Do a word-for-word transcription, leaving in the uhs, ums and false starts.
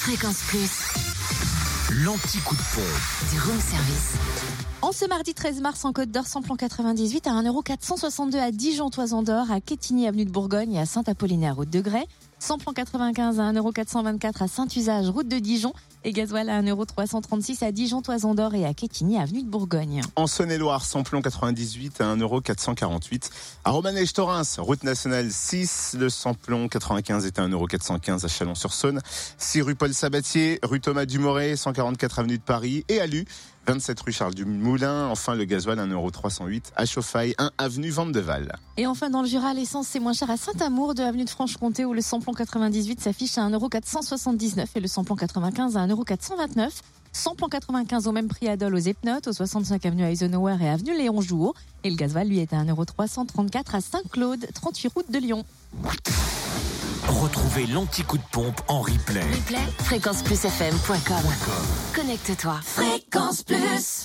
Fréquence Plus. L'anti-coup de pompe du room service. En ce mardi treize mars, en Côte d'Or, samplon quatre-vingt-dix-huit à un euro quatre cent soixante-deux à Dijon, Toison d'Or, à Quetigny, avenue de Bourgogne et à Saint-Apollinaire, route de Grès. Samplon quatre-vingt-quinze à un euro quatre cent vingt-quatre à Saint-Usage, route de Dijon. Et gasoil à un euro trois cent trente-six à Dijon, Toison d'Or et à Quetigny, avenue de Bourgogne. En Saône-et-Loire, samplon quatre-vingt-dix-huit à un euro quatre cent quarante-huit. À Romanèche-Thorens, route nationale six, le samplon quatre-vingt-quinze est à un euro quatre cent quinze à Chalon-sur-Saône. six rue Paul Sabatier, rue Thomas Dumoré, cent quarante-quatre avenue de Paris. Et à Lue, vingt-sept rue Charles Dumoulin. Enfin, le gasoil un euro trois cent huit à Chauffaille, un avenue Vandeval. Et enfin, dans le Jura, l'essence c'est moins cher à Saint-Amour, deux avenue de Franche-Comté, où le samplon quatre-vingt-dix-huit s'affiche à un euro quatre cent soixante-dix-neuf et le samplon quatre-vingt-quinze à un euro quatre cent vingt-neuf. Samplon quatre-vingt-quinze au même prix à Dole aux Epnotes, au soixante-cinq avenue Eisenhower et avenue Léon Jouot. Et le gasoil, lui, est à un euro trois cent trente-quatre à Saint-Claude, trente-huit route de Lyon. Retrouvez l'anti-coup de pompe en replay. Replay, fréquence plus f m point com. Connecte-toi. Fréquence Plus.